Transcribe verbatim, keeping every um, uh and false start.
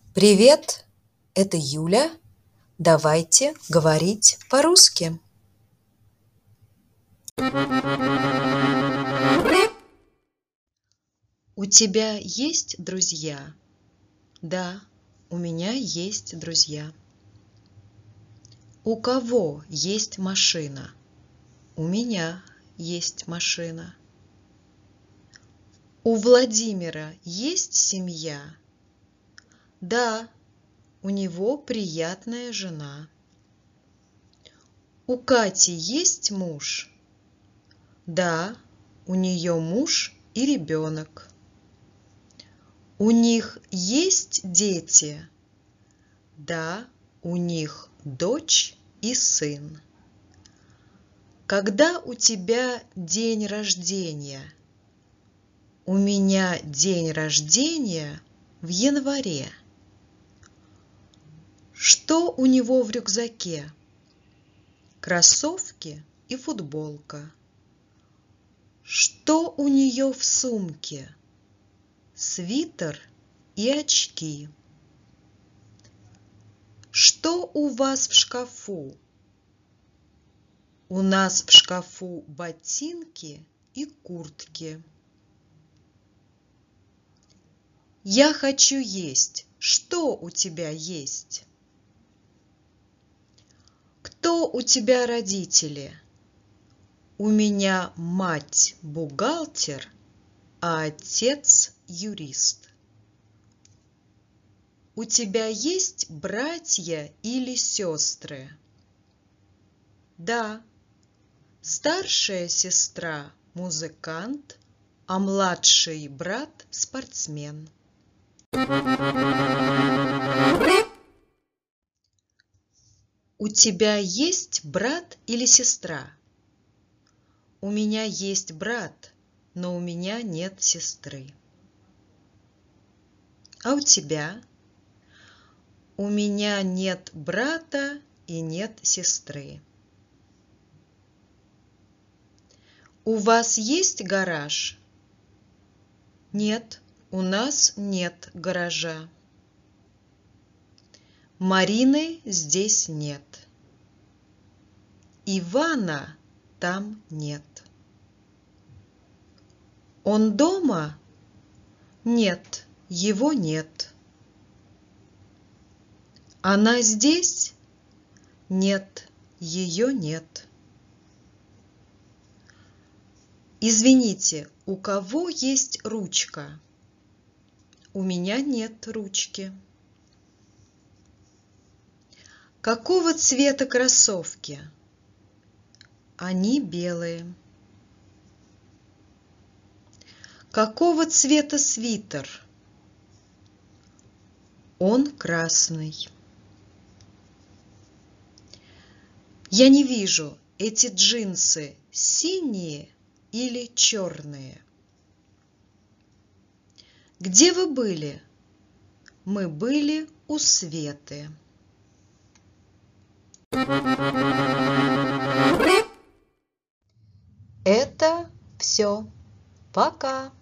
Привет, это Юля. Давайте говорить по-русски. У тебя есть друзья? Да, у меня есть друзья. У кого есть машина? У меня есть машина. У Владимира есть семья? Да, у него приятная жена. У Кати есть муж? Да, у нее муж и ребенок. У них есть дети? Да, у них дочь и сын. Когда у тебя день рождения? У меня день рождения в январе. Что у него в рюкзаке? Кроссовки и футболка. Что у нее в сумке? Свитер и очки. Что у вас в шкафу? У нас в шкафу ботинки и куртки. Я хочу есть. Что у тебя есть? Кто у тебя родители? У меня мать бухгалтер, а отец юрист. У тебя есть братья или сестры? Да, старшая сестра музыкант, а младший брат спортсмен. У тебя есть брат или сестра? У меня есть брат, но у меня нет сестры. А у тебя? У меня нет брата и нет сестры. У вас есть гараж? Нет, у нас нет гаража. Марины здесь нет. Ивана там нет. Он дома? Нет, его нет. Она здесь? Нет, ее нет. Извините, у кого есть ручка? У меня нет ручки. Какого цвета кроссовки? Они белые. Какого цвета свитер? Он красный. Я не вижу, эти джинсы синие или черные? Где вы были? Мы были у Светы. Это все. Пока.